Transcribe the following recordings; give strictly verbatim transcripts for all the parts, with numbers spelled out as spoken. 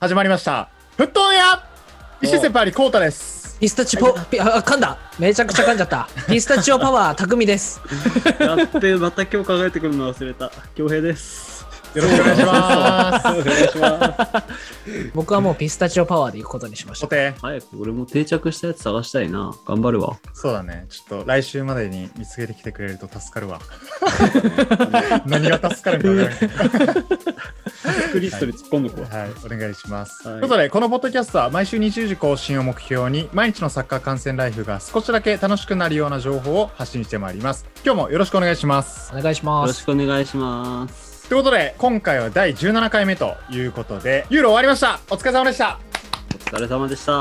始まりました。フットオンや石瀬パリコータです。 ピスタチオ、ピあ、噛んだ。めちゃくちゃ噛んじゃった。ピスタチオパワー匠です。 やって、また今日考えてくるの忘れた。恭平です。 よろしくお願いします。 お願いします。 僕はもうピスタチオパワーで行くことにしました。 早く俺も定着したやつ探したいな。頑張るわ。 そうだね。ちょっと来週までに見つけてきてくれると助かるわ。何が助かるんだろう。 スクリストに突っ込んでこう。 はい、お願いします。 はい、 ということで、このポッドキャストは毎週にじゅうじ更新を目標に、毎日のサッカー観戦ライフが少しだけ楽しくなるような情報を発信してまいります。今日もよろしくお願いします。 お願いします。 よろしくお願いします。 ということで、今回はだいじゅうななかいめということで、ユーロ終わりました。お疲れ様でした。 お疲れ様でした。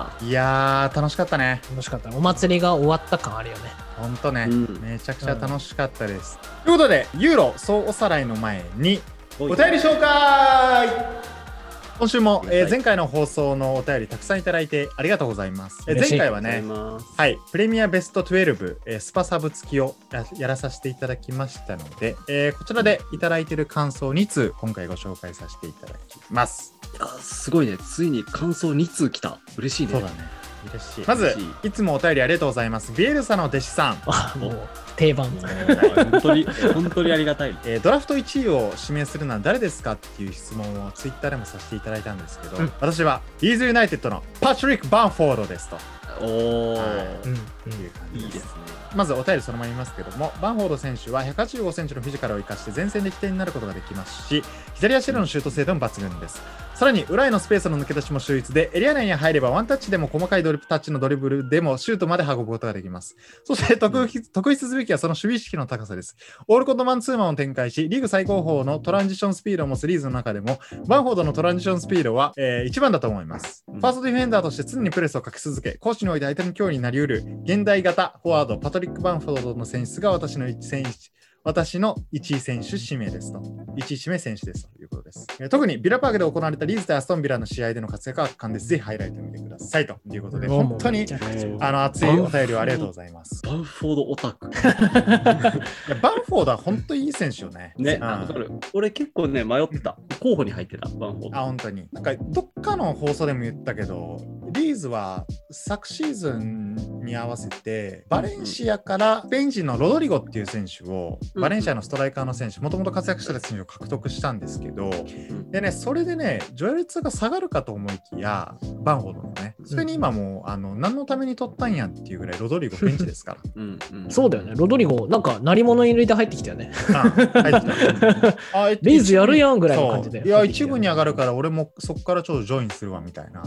いやー、楽しかったね。 楽しかった。お祭りが終わった感あるよね。 ほんとね、うん、めちゃくちゃ楽しかったです。 うん、 ということで、ユーロ総おさらいの前に、お便り紹介。今週も、えー、前回の放送のお便りたくさんいただいてありがとうございます。えー、前回はね、はい、プレミアベストじゅうに、えー、スパサブ付きを や, やらさせていただきましたので、えー、こちらでいただいている感想に通今回ご紹介させていただきます。 いやすごいね、ついに感想に通来た。嬉しいね。 そうだね、嬉しい。まずいつもお便りありがとうございます。ビエルサの弟子さん。 あ、もう定番。 本当に本当にありがたい、 えー、ドラフトいちいを指名するのは誰ですかっていう質問をツイッターでもさせていただいたんですけど、うん、私はリーズユナイテッドのパトリック・バンフォードですと。 おー、 はい、 うん、 いう感じです。 いいですね。 まずお便りそのまま言いますけども、バンフォード選手はひゃくはちじゅうごセンチのフィジカルを生かして前線で起点になることができますし、左足でのシュート精度も抜群です。さらに裏へのスペースの抜け出しも秀逸で、エリア内に入ればワンタッチでも細かいドリタッチのドリブルでもシュートまで運ぶことができます。そして特筆、うん、特筆すべきはその守備意識の高さです。オールコットマンツーマンを展開し、リーグ最高峰のトランジションスピードを持つリーズの中でも、バンフォードのトランジションスピードは、えー、一番だと思います。うん、ファーストディフェンダーとして常にプレスをかけ続け、攻守において相手の脅威になり得る現代型フォワードパトリック・バンフォードの選出が私の選手私のいちい選手指名ですと。いちい指名選手ですということです。特にビラパークで行われたリーズ対アストンビラの試合での活躍は圧巻です。ぜひハイライト見てくださいということで、本当にあの熱いお便りをありがとうございます。 バンフォードオタク。 いやバンフォードは本当にいい選手よね。 ね、わかる。俺結構ね、迷ってた。候補に入ってた、バンフォード。 あ、本当に。なんかどっかの放送でも言ったけど、リーズは昨シーズンに合わせて、バレンシアからスペイン人のロドリゴっていう選手を、バレンシアのストライカーの選手、もともと活躍した選手を獲得したんですけど、でね、それでね、序列が下がるかと思いきや、バンフォードのね、それに今もう、あの、何のために取ったんやっていうぐらいロドリゴベンチですから。 うんうん、そうだよね、ロドリゴ、なんか、鳴り物入れて入ってきたよね。 あ、入ってきた。 あ、リーズやるやんぐらいの感じで。 いや、一部に上がるから、俺もそこからちょっとジョインするわみたいな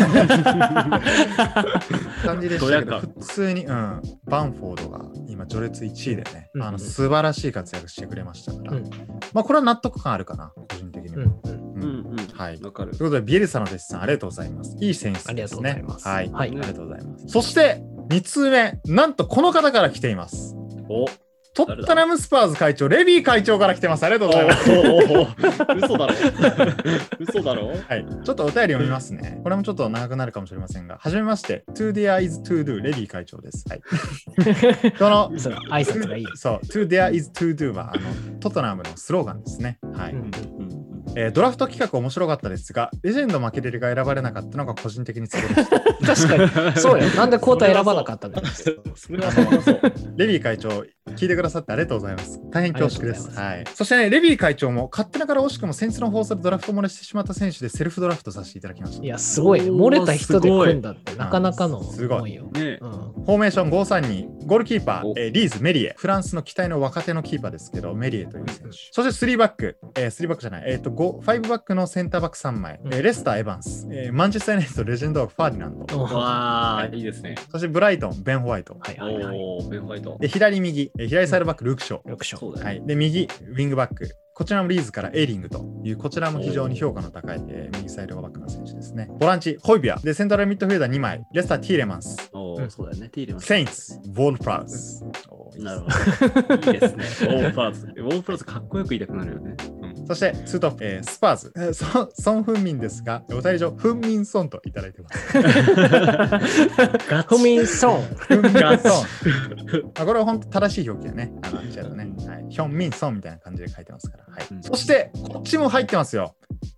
感じでしたけど、普通に、うん、バンフォードが今、序列いちいでね、うん、あの素晴らしい活躍してくれましたから、うん、まあ、これは納得感あるかな、個人的にも。うんうんうん、はい。わかる。ということで、ビエルサの弟子さん、ありがとうございます。いいセンスですね。 ありがとうございます。 はい。はい、ありがとうございます。そして、に通目、なんとこの方から来ています。 おトッテナムスパーズ会長、レビー会長から来てます。ありがとうございます。 おお嘘だろ嘘だろはい。ちょっとお便り読みますね。これもちょっと長くなるかもしれませんが、はじめまして、To there is to do レビー会長です。はい。この挨拶がいい。 そう、To there is to do はあのトッテナムのスローガンですね。はい。うんうんえー、ドラフト企画面白かったですが、レジェンドマケレルが選ばれなかったのが個人的にツボでした。 確かに。そうよ。なんでコータ選ばなかったんだろう。 それはそう。レビー会長、聞いてくださってありがとうございます。大変恐縮です。はい。そしてね、レビー会長も勝手ながら惜しくも先日の放送でドラフト漏れしてしまった選手でセルフドラフトさせていただきました。 いや、すごいね。漏れた人で組んだってなかなかのすごいよ。 ねうん、フォーメーションごさんに、ゴールキーパー、えー、リーズ・メリエ。フランスの期待の若手のキーパーですけど、メリエという選手。そしてスリーバック、えー、スリーバックじゃない、えっ、ー、と、ご、ファイブバックのセンターバックさんまい、うん、えー、レスター・エヴァンス、えー、マンチェスター・ユナイテッドレジェンド枠ファーディナンド。 わー、いいですね。 そしてブライトン、ベン・ホワイト。 はいはいはい。 おー、ベン・ホワイト。 で、左右、えー、左サイドバック、ルーク・ショー。 ルーク・ショー。 そうだね。はい。で、右、ウィングバック。こちらもリーズからエーリングという、こちらも非常に評価の高い、えー、右サイドバックの選手ですね。ボランチ、ホイビア。で、セントラルミッドフィルダーにまい。レスター、ティーレマンス。 おー、うん、そうだよね。ティーレマンス。 セインツ、ウォールプラウス。 なるほど。いいですね。ウォールプラウス。ウォールプラウスかっこよく言いたくなるよね。うん、 そして、ツートップ、えー、スパーズ、えー、ソ, ソン・フンミンですが、お便り上、フンミンソンといただいてます。 フンミンソン。 フンミンソン。あ、これは本当正しい表記だね。あの、あっちだとね。はい。ヒョンミンソンみたいな感じで書いてますから。はい。うん、そして、こっちも入ってますよ。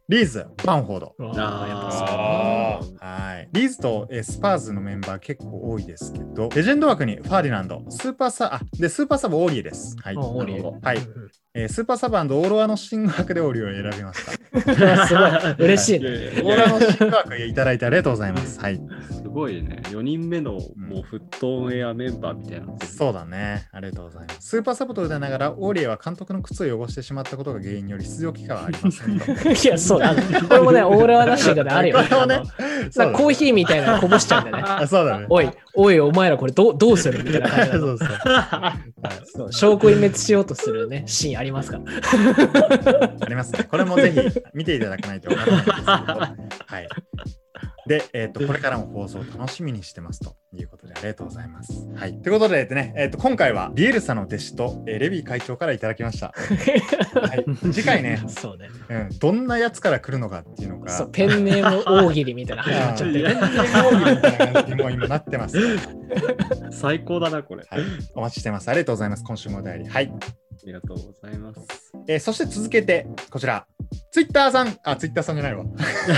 リーズ、バンフォード。 ああ、やっぱそう。 はい。リーズと、えースパーズのメンバー結構多いですけど、レジェンド枠にファーディナンド、スーパーサあでスーパーサブオーリエです。はい。 あオーリエなるほどはい。えースーパーサブオーロアのシング枠でオーリエを選びました。 すごい嬉しいね。 いやいやオーロアのシング枠いただいてありがとうございます。はい。 すごいね。よにんめのもうフットオンエアメンバーみたいな。 そうだね。ありがとうございます。スーパーサブと歌いながら、オーリエは監督の靴を汚してしまったことが原因により出場機会はありませんと。 いや、そうだ。これもね、オーロアナッシングであるよね。 これもねあのなんかコーヒーみたいなのこぼしちゃうんだよね。 あ、そうだね。 おい、おい、お前らこれどうどうするみたいな感じなのそうそう。 そう証拠隠滅しようとするね、シーンありますから。 ありますね。これもぜひ見ていただかないと分からないんですけど。はい。で、えっ、と、これからも放送を楽しみにしてますということでありがとうございます。はい。ということで、えっとね、えっ、と、今回はビエルサの弟子と、えーレビー会長からいただきました。はい。次回ね、 そうね。 うん、どんなやつから来るのかっていうのが、 そう、ペンネーム大喜利みたいな始まっちゃってる。 ペンネーム大喜利みたいな感じにもう今なってます。 最高だな、これ。 はい。お待ちしてます。ありがとうございます。今週もお便り。はい。 ありがとうございます。 えーそして続けて、こちら。ツイッターさん、あ、ツイッターさんじゃないわ。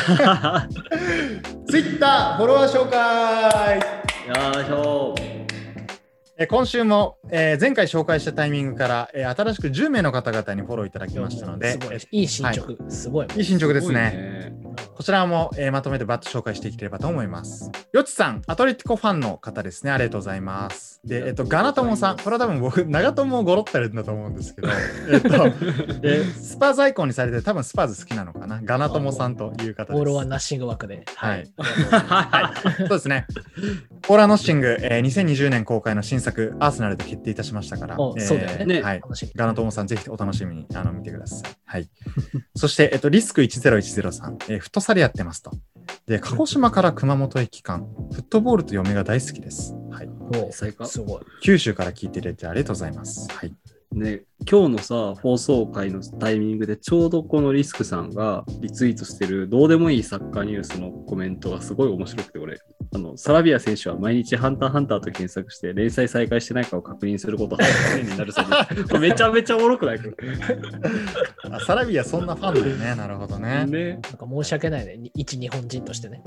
ツイッターフォロワー紹介。 よいしょ。 えー今週も、えー前回紹介したタイミングから、えー新しくじゅうめいの方々にフォローいただきましたので、 すごいいい進捗、 はすごい。 いい進捗ですすごいね。こちらも、えーまとめてバッと紹介していければと思います。よちさん、アトレティコファンの方ですね。ありがとうございます。で、えっと、ガナトモさん、これは多分僕、長友ゴロってるんだと思うんですけど、えっと、でスパーズアイコンにされて、多分スパーズ好きなのかな。ガナトモさんという方です。 オーロアナッシング枠で。 はい。 ありがとうございますはい、そうですね。オーラノッシング、えーにせんにじゅうねん公開の新作、アーセナルで決定いたしましたから、 おそうだよねねはい。 楽しみ。 ガナトモさん、ぜひお楽しみにあの見てください。はい。そして、えっと、リスクいちぜろいちぜろさん、えーフットサルやってますと。で、鹿児島から熊本駅間、フットボールと嫁が大好きです。はい。 お最高すごい。 九州から聞いていただいてありがとうございます。はい。 ね、今日のさ、放送回のタイミングでちょうどこのリスクさんがリツイートしてるどうでもいいサッカーニュースのコメントがすごい面白くて、俺、あのサラビア選手は毎日ハンターハンターと検索して連載再開してないかを確認することが常になるそうです。これめちゃめちゃおもろくないかあサラビアそんなファンだよね。なるほどね。 ね。 なんか申し訳ないね。一日本人としてね。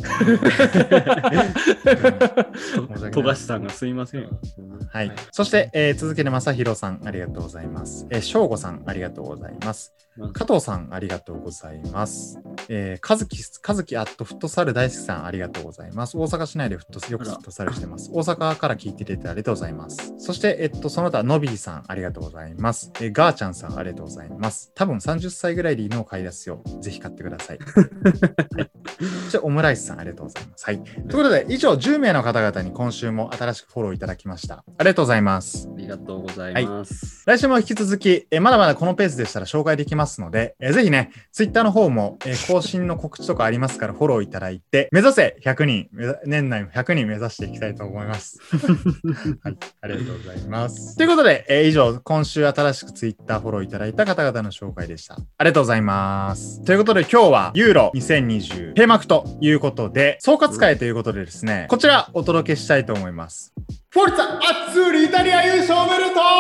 富樫さんがすいません。 はい。そして、えー続けて、まさひろさん、ありがとうございます。えー、しょうごさん、ありがとうございます。加藤さん、ありがとうございます。えー、かずき、かずきアットフットサル大好きさん、ありがとうございます。大阪市内でフットよくフットサルしてます。大阪から聞いていただいてありがとうございます。そして、えっと、その他、のびーさん、ありがとうございます。えー、ガーちゃんさん、ありがとうございます。多分さんじゅっさいぐらいで犬を飼い出すよ。ぜひ買ってください。はい、そして、オムライスさん、ありがとうございます。はい。ということで、以上じゅうめいの方々に今週も新しくフォローいただきました。ありがとうございます。 ありがとうございます。 来週も引き続き、えーまだまだこのペースでしたら紹介できますので、えーぜひね、ツイッターの方も、えー更新の告知とかありますからフォローいただいて、目指せひゃくにん、目指年内もひゃくにん目指していきたいと思います。はい、ありがとうございます。ということで、えー以上、今週新しくツイッターフォローいただいた方々の紹介でした。ありがとうございます。ということで、今日はユーロにせんにじゅう閉幕ということで、総括会ということでですね、こちらお届けしたいと思います。フォルツァアッツーリイタリア優勝おめでと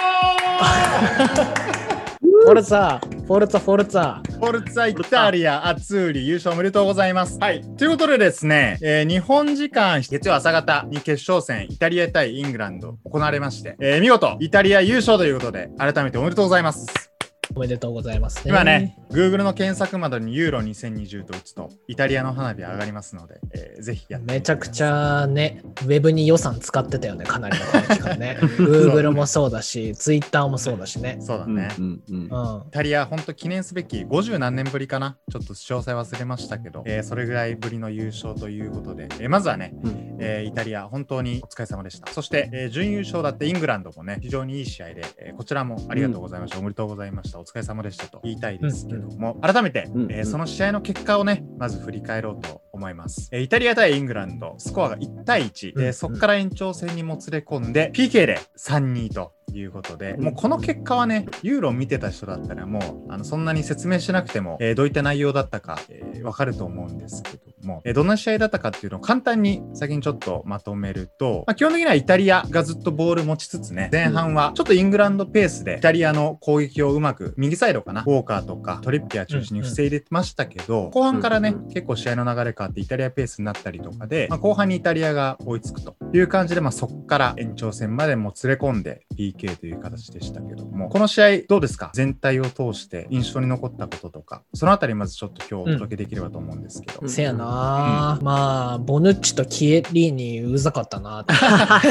うフォルツァ、フォルツァ、フォルツァ。 フォルツァイタリアアッツーリ優勝おめでとうございます。はい。ということでですね、えー日本時間月曜朝方に決勝戦イタリア対イングランド行われまして、えー見事イタリア優勝ということで改めておめでとうございます。 おめでとうございます、ね。 今ね、Google の検索窓にユーロにせんにじゅうと打つとイタリアの花火上がりますので、えーぜひやってみてめちゃくちゃね、ウェブに予算使ってたよね、かなりの期間ね。Google もそうだし、Twitter もそうだしね。 そうだね。 うんうんうんうん。 イタリア、本当記念すべきごじゅう何年ぶりかな、ちょっと詳細忘れましたけど、えーそれぐらいぶりの優勝ということで、えーまずはね、 うんえーイタリア、本当にお疲れ様でした。そして、えー準優勝だってイングランドもね、非常にいい試合で、えーこちらもありがとうございました、おめでとうございました、お疲れ様でしたと言いたいですけども、改めて、 うんえーその試合の結果をね、まず振り返ろうと思います。えーイタリア対イングランド、スコアがいちたいいち、 うんでそこから延長戦にもつれ込んで、ピーケー でさんたいにと。 いうことで、もうこの結果はね、ユーロを見てた人だったらもうあのそんなに説明しなくても、えー、どういった内容だったか、えー、分かると思うんですけども、えー、どんな試合だったかっていうのを簡単に先にちょっとまとめると、まあ、基本的にはイタリアがずっとボール持ちつつね、前半はちょっとイングランドペースでイタリアの攻撃をうまく右サイドかな、ウォーカーとかトリッピアー中心に防いでましたけど、うんうん、後半からね、うんうん、結構試合の流れ変わってイタリアペースになったりとかで、まあ、後半にイタリアが追いつくという感じで、まあ、そこから延長戦までも連れ込んで ピーケー という形でしたけども、この試合どうですか？全体を通して印象に残ったこととか、そのあたりまずちょっと今日お届けできればと思うんですけど、 うん、せやな、うん、まあボヌッチとキエリーニうざかったなって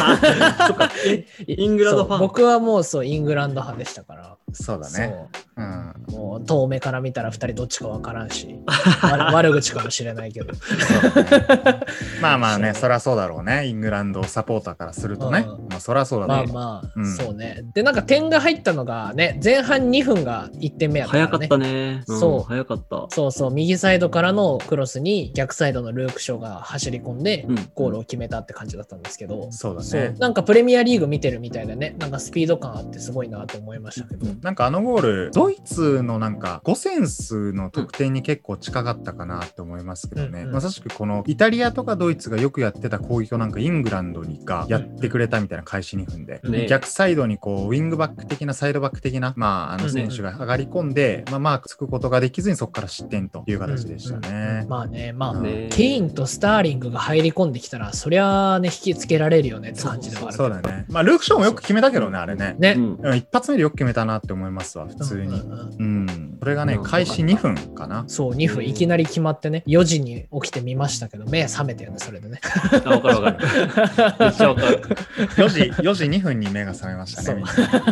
イングランドファン。 僕はもうそうイングランド派でしたから。 そうだね。 う、うん、もう遠目から見たらふたりどっちかわからんし悪口かもしれないけどそうだね、まあまあね、そりゃそうだろうね、イングランドサポーターからするとね、うん、まあそりゃそうだね。 まあまあ、うん、そうね。でなんか点が入ったのがね、前半にふんがいってんめやったからね。 早かったね、 うん、そう早かった。 そうそう、右サイドからのクロスに逆サイドのルーク・ショーが走り込んでゴールを決めたって感じだったんですけど、 うん、そうだね。 そうなんかプレミアリーグ見てるみたいでね、なんかスピード感あってすごいなと思いましたけど、うん、 なんかあのゴールドイツのなんかごセンスの得点に結構近かったかなって思いますけどね、うんうん、まさしくこのイタリアとかドイツがよくやってた攻撃をなんかイングランドにがやってくれたみたいな、開始にふんで、ね、逆サイドにこうウィングバック的なサイドバック的な、まあ、あの選手が上がり込んで、うんうん、まあ、マークつくことができずにそこから失点という形でしたね、うんうん、 まあね、まあ、ね、ケインとスターリングが入り込んできたらそりゃね引きつけられるよねって感じではある。 そうだね。まあルーク・ショーもよく決めたけどね、あれね。 ね、 うん、一発目でよく決めたなって思いますわ、普通に。うん、うんうん、それがね、開始にふんかな。 そう、にふんいきなり決まってね、よじに起きてみましたけど、目覚めたよね、それでね。 あ、わかるわかる。めっちゃわかる。 よじ、よじにふんに目が覚めましたね。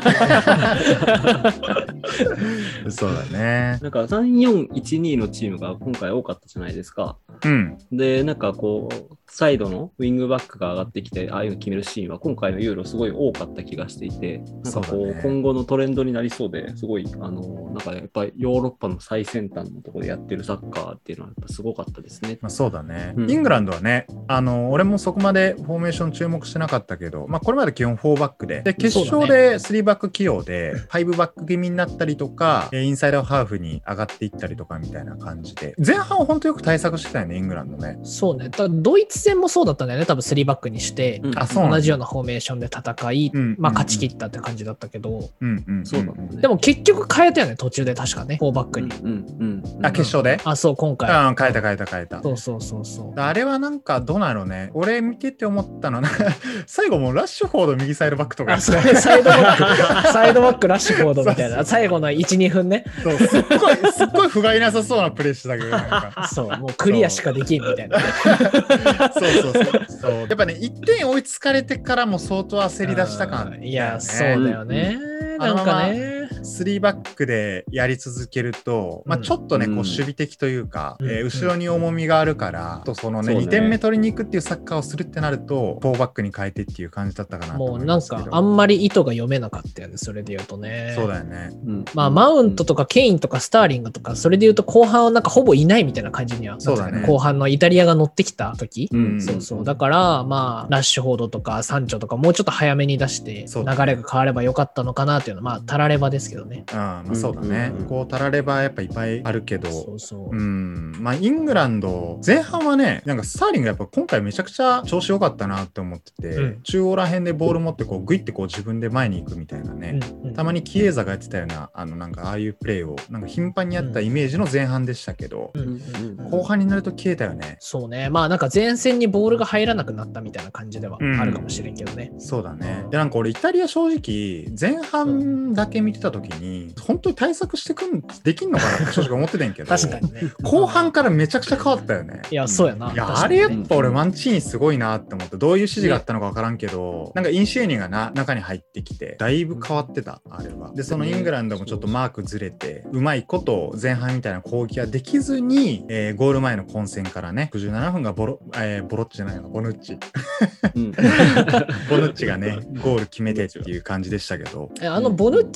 そう, そうだね。 なんかさんよんいちにのチームが今回多かったじゃないですか。 うん。 で、なんかこう、サイドのウィングバックが上がってきて、ああいうの決めるシーンは今回のユーロすごい多かった気がしていて、なんかこう、ね、今後のトレンドになりそうで、すごい、あの、なんかやっぱりヨーロッパの最先端のところでやってるサッカーっていうのはやっぱすごかったですね。 まあ、そうだね、うん。イングランドはね、あの、俺もそこまでフォーメーション注目してなかったけど、まあこれまで基本フォーバックで、で、決勝でスリーバック起用で、ファイブバック気味になったりとか、インサイドハーフに上がっていったりとかみたいな感じで、前半は本当よく対策してたよね、イングランドね。 そうね。だドイツ戦もそうだったんだよね。多分スリーバックにして、うん、あそう同じようなフォーメーションで戦い、うん、まあ勝ち切ったって感じだったけど、 うんうん、 そうだね。でも結局変えたよね、途中で確かね、フォーバックに。 うんうんうん、あ、決勝で？ あ、そう、今回。 うん、変えた変えた変えた。 そうそうそうそう。 あれはなんかどうなのね。俺見てて思ったのは、最後もうラッシュフォード右サイドバックとか。 あ、そうね、サイドバック、サイドバックラッシュフォードみたいな、最後のいち、にふんね。 そう、すっごい、すっごい不甲斐なさそうなプレーしてたけど、なんか。 そう、もうクリアしかできんみたいな。 そうそうそうそう。やっぱね、いってん追いつかれてからも相当焦り出した感、ね。 いや、そうだよね。うん、なんかね。 スリーバックでやり続けると、まあ、ちょっとね、うん、こう守備的というか、うん、えー、後ろに重みがあるから、うん、とそのね、にてんめ取りに行くっていうサッカーをするってなると、フォーバックに変えてっていう感じだったかなと思いますけど。 もうなんかあんまり意図が読めなかったよね、それで言うとね。 そうだよね。 うん、まあマウントとかケインとかスターリングとか、それで言うと後半はなんかほぼいないみたいな感じにはなってた、ね。そうだね。後半のイタリアが乗ってきた時、うん、そうそう。だからまあラッシュフォードとかサンチョとかもうちょっと早めに出して流れが変わればよかったのかなっていうのはまあたらればですけどね。 うん、まあ、そうだね、うんうん、こうたらればやっぱいっぱいあるけど、そうそう、うん、まあイングランド前半はね、なんかスターリングやっぱ今回めちゃくちゃ調子良かったなって思ってて、うん、中央ら辺でボール持ってこうグイってこう自分で前に行くみたいなね、うんうん、たまにキエーザがやってたようなあのなんかああいうプレーをなんか頻繁にやったイメージの前半でしたけど、うんうんうん、後半になると消えたよね。 そうね、まあなんか前線にボールが入らなくなったみたいな感じではあるかもしれんけどね、 うん、そうだね。でなんか俺イタリア正直前半だけ見てた時に、うん、本当に対策してくんできんのかなって正直思ってたんけど確かにね、 後半からめちゃくちゃ変わったよね。 いやそうやな。 いやあれやっぱ俺マンチーニすごいなって思って、どういう指示があったのか分からんけど、なんかインシエニがな中に入ってきてだいぶ変わってたあれは。でそのイングランドもちょっとマークずれてうまいこと前半みたいな攻撃ができずに、えー、ゴール前の混戦からねろくじゅうななふんがボロ、えー、ボロッチじゃないのボヌッチ、うん、ボヌッチがねゴール決めてっていう感じでしたけど、 あのボヌッチのパフォ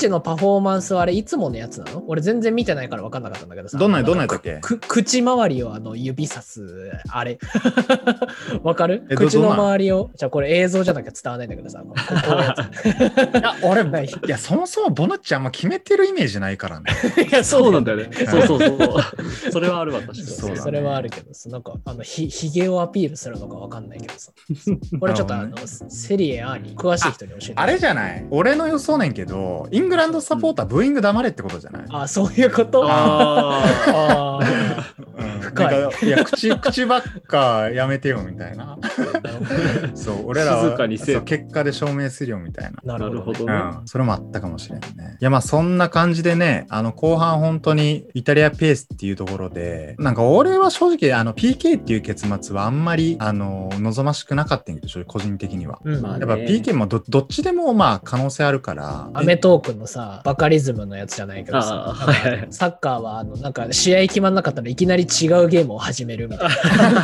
フォーマンスはあれいつものやつなの？俺全然見てないから分かんなかったんだけどさ。 どんなどんなやったっけ？ く口周りをあの指さすあれわかる？ え口の周りをじゃあこれ映像じゃなきゃ伝わらないんだけどさ。こうこういうやついや俺ない。いやそもそもボヌッチあんま決めてるイメージないからね。 いやそうなんだよね。そうそうそう。それはあるわ確かに。 そう、 だねそれはあるけどさ、なんかあのひひげをアピールするのかわかんないけどさ。これちょっとあの、セリエ A に詳しい人に教えて。 あれじゃない？俺の予想ねんけど、イングランドサポーター、ブーイング黙れってことじゃない？ あ、そういうこと？ ああうん、 深いなんかいや口口ばっかやめてよみたいな。そう俺らは静かにせえそう結果で証明するよみたいな。 なるほど、ね。 なるほどね。 うん、それもあったかもしれんね。いやまあそんな感じでね、あの後半本当にイタリアペースっていうところで、なんか俺は正直あの ピーケー っていう結末はあんまりあの望ましくなかったんやけど、個人的には。 うんまあねやっぱ ピーケー も ど, どっちでもまあ可能性あるから。 アメトークのさ、バカリズムのやつじゃないけどさ、 あーはいはいサッカーはあのなんか試合決まんなかったらいきなり違うゲームを始めるみたいな。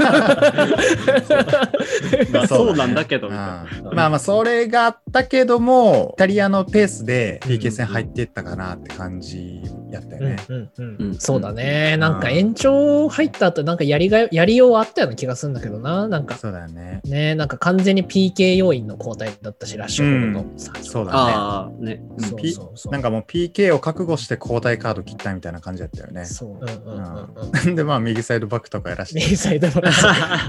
まあそうなんだけどみたいな。 うんまあまあそれがあったけどもイタリアのペースで ピーケー 戦入っていったかなって感じやったよね。 うんうんうんうんそうだね。なんか延長入った後なんかやりがやりようあったような気がするんだけどな。なんかそうだよね。 ねなんか完全に ピーケー 要員の交代だったしラッシュフォードのさ、 そうだね。 ああね。 うんそう P- そうそうなんかもう ピーケー を覚悟して交代カード切ったみたいな感じだったよね。 そううんうんうんうん。 うんでまあ右サイドバックとかやらして右サイドのた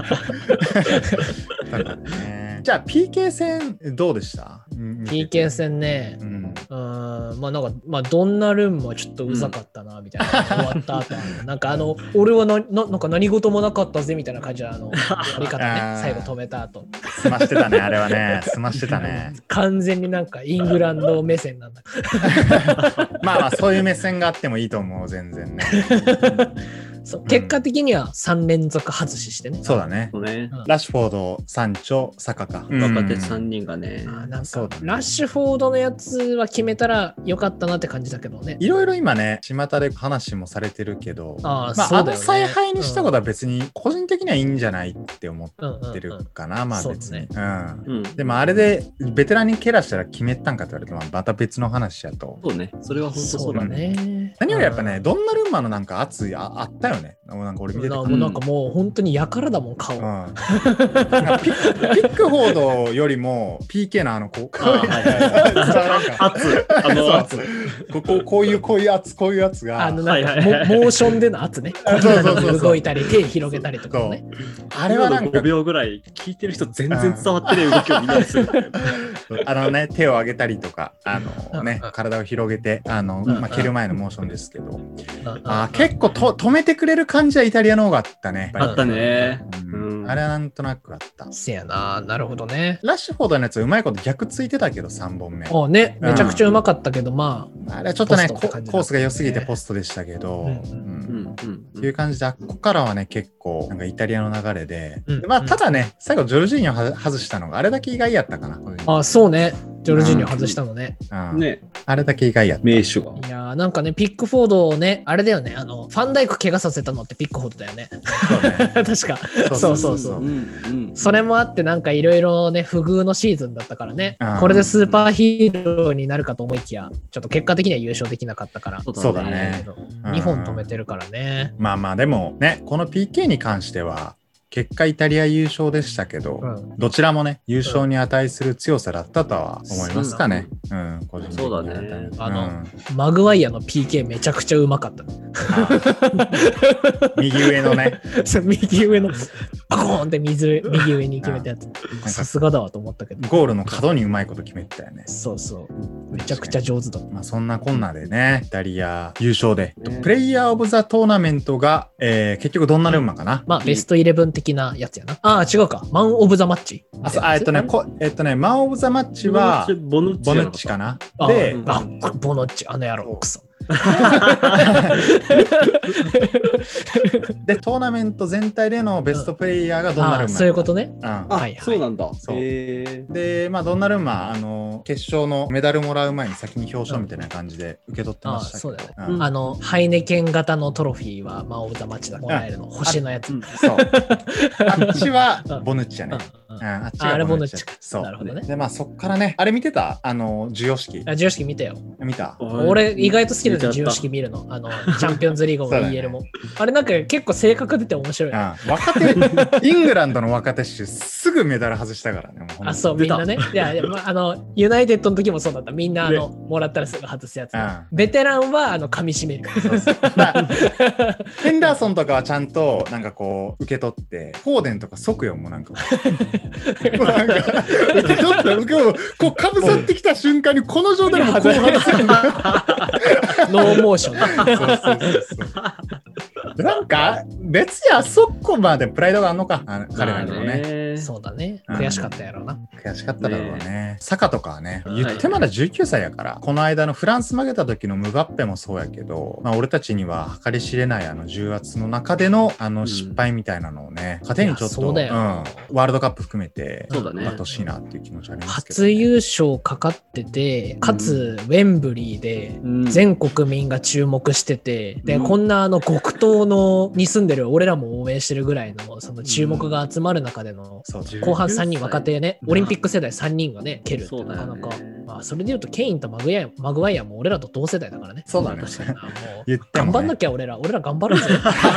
からね。じゃあ ピーケー 戦どうでした？ ピーケー 戦ね。 うんうーんまあなんかまあドンナルンもちょっとうざかったなみたいな、終わった後なんかあの俺はなななんか何事もなかったぜみたいな感じであのやり方ねあー最後止めた後済ましてたねあれはね済ましてたね。 完全になんかイングランド目線なんだまあまあそういう目線があってもいいと思う全然ね。 そう結果的にはさん連続外ししてね。 そうだね。 そうね。 うんラッシュフォード、サンチョ、サカか。 若手さんにんがね。 あーなんかそうだねラッシュフォードのやつは決めたらよかったなって感じだけどね。 いろいろ今ね、巷で話もされてるけど、 あーまあ、 そうだよねあの采配にしたことは別に個人的にはいいんじゃないって思ってるかな、まあそう別に。 ねうん。 うん。 でもあれでベテランに蹴らしたら決めたんかって言われてもまた別の話やと。 そうね。それは本当そそううだだね。 ね。 何よりやっぱね、 うんドンナルンマのなんか熱いああったよね。なんか俺見てて。 なもうなんかもう本当にやからだもん顔。 うん、なんかピッピックフォードよりも ピーケー のあのこう、 あはいはいはいなんか圧。あの圧。 こここういうこういうやつこういうやつがあのなんかモはいはいはいモーションでの圧ね。 そうそうそうそう動いたり手広げたりとかもね。 あれはなんかごびょうぐらい聞いてる人全然伝わってない動きをみんなでする。 あのね手を上げたりとかあのねうん体を広げてあの、 うんまあ、蹴る前のモーションですけど、 うんあ結構と止めてくれる感じはイタリアの方があったね。 あったね。 うんうんあれはなんとなくあった。 せやな、なるほどね。 ラッシュフォードのやつはうまいこと逆ついてたけどさんぼんめ。 おね、めちゃくちゃうまかったけど、まあれはちょっとねコポストって感じだコースが良すぎてポストでしたけど、 うんうんうんうんっていう感じで、あっこからはね、結構、なんかイタリアの流れで、 うんでまあ、ただね、最後、ジョルジーニョは外したのが、あれだけ意外やったかな。個人的にあ、あ、そうね。ジョルジーニョ外したのね。 うんね、 あれだけ意外やった。 名手が。 いやーなんかね、ピックフォードをね、あれだよね、あの、ファンダイク怪我させたのってピックフォードだよね。 そうね確か。そうそうそう。 うんうん。 それもあってなんかいろいろね不遇のシーズンだったからね、 うんこれでスーパーヒーローになるかと思いきやちょっと結果的には優勝できなかったからそうだね。うんにほん止めてるからね。 まあまあ、でもね、この ピーケー に関しては、結果イタリア優勝でしたけど、 うんどちらもね、優勝に値する強さだったとは思いますかね。うん、個人的にはそうだねあのうんマグワイアの ピーケー めちゃくちゃうまかった。 あ右上のね、 そう右上のバコーンって水右上に決めたやつ。 かさすがだわと思ったけど。 ゴールの角にうまいこと決めてたよね。 そうそう。めちゃくちゃ上手だった。 まあ、そんなこんなでね、イタリア優勝で、 ねプレイヤーオブザトーナメントが、えー結局ドンナルンマかな。 まあベストイレブン的なやつやな。ああ違うか。マン・オブ・ザ・マッチ。 あそうあえっとね、こえっとね、マン・オブ・ザ・マッチはボヌッチボヌッチかな。 あで、 うんあボノッチあの野郎クソ。 で、トーナメント全体でのベストプレイヤーがドンナルンマ。 あそういうことね。 うんあ、 はいはいそうなんだ。 そうへーで、まあ、ドンナルンマ、あの、決勝のメダルもらう前に先に表彰みたいな感じで受け取ってましたけど。 あそうだよねうんあのハイネケン型のトロフィーはマン・オブ・ザ・マッチだもらえるの星のやつ。 そう。あっちはボヌッチやね。 うんうん、あっちがあれボボヌッチヌッチか。 そうなるほどね。 でまあそっからねあれ見てたあの授与式あ、授与式見たよ。 見た俺意外と好きなんだよ、授与見ちゃった式見るの。あの、チャンピオンズリーグもそうだイーねエル も。あれなんか結構性格出て面白い。あ、 うん、若手イングランドの若手種すぐメダル外したからね。もうそう、みんなね。いや、いやまあ、あの、ユナイテッドの時もそうだった。みんな、あの、もらったらすぐ外すやつ。 うんベテランは、あの、噛み締める。 そうそうまあヘンダーソンとかはちゃんとなんかこう受け取ってフォーデンとか即よもうなんかもうなんか受け取って受けをこうかぶさってきた瞬間にこの状態でもこう外せるんだノーモーション。 そうそうそうそうなんか別にあそこまでプライドがあんのかあの彼らにもね。 そうだね。 うん悔しかったやろうな。 悔しかっただろうね。サカとかはね、言ってまだじゅうきゅうさいやから、この間のフランス負けた時のムバッペもそうやけど、まあ、俺たちには計り知れないあの重圧の中でのあの失敗みたいなのをね、糧にちょっと、うん、ワールドカップ含めて、 そうだね。 やってほしいなっていう気持ちありますけど、ね。 初優勝かかってて、かつ、ウェンブリーで、全国民が注目してて、うん、で、こんなあの極東のに住んでる俺らも応援してるぐらいの、その注目が集まる中での、うん、後半さんにん若手ね、オリンピック世代さんにんがね、蹴るってなかなか、まあ、それで言うとケインとマグワイア、マグワイアも俺らと同世代だからね。 そうだね。 もうね、 頑張んなきゃ俺ら、俺ら頑張るぜ。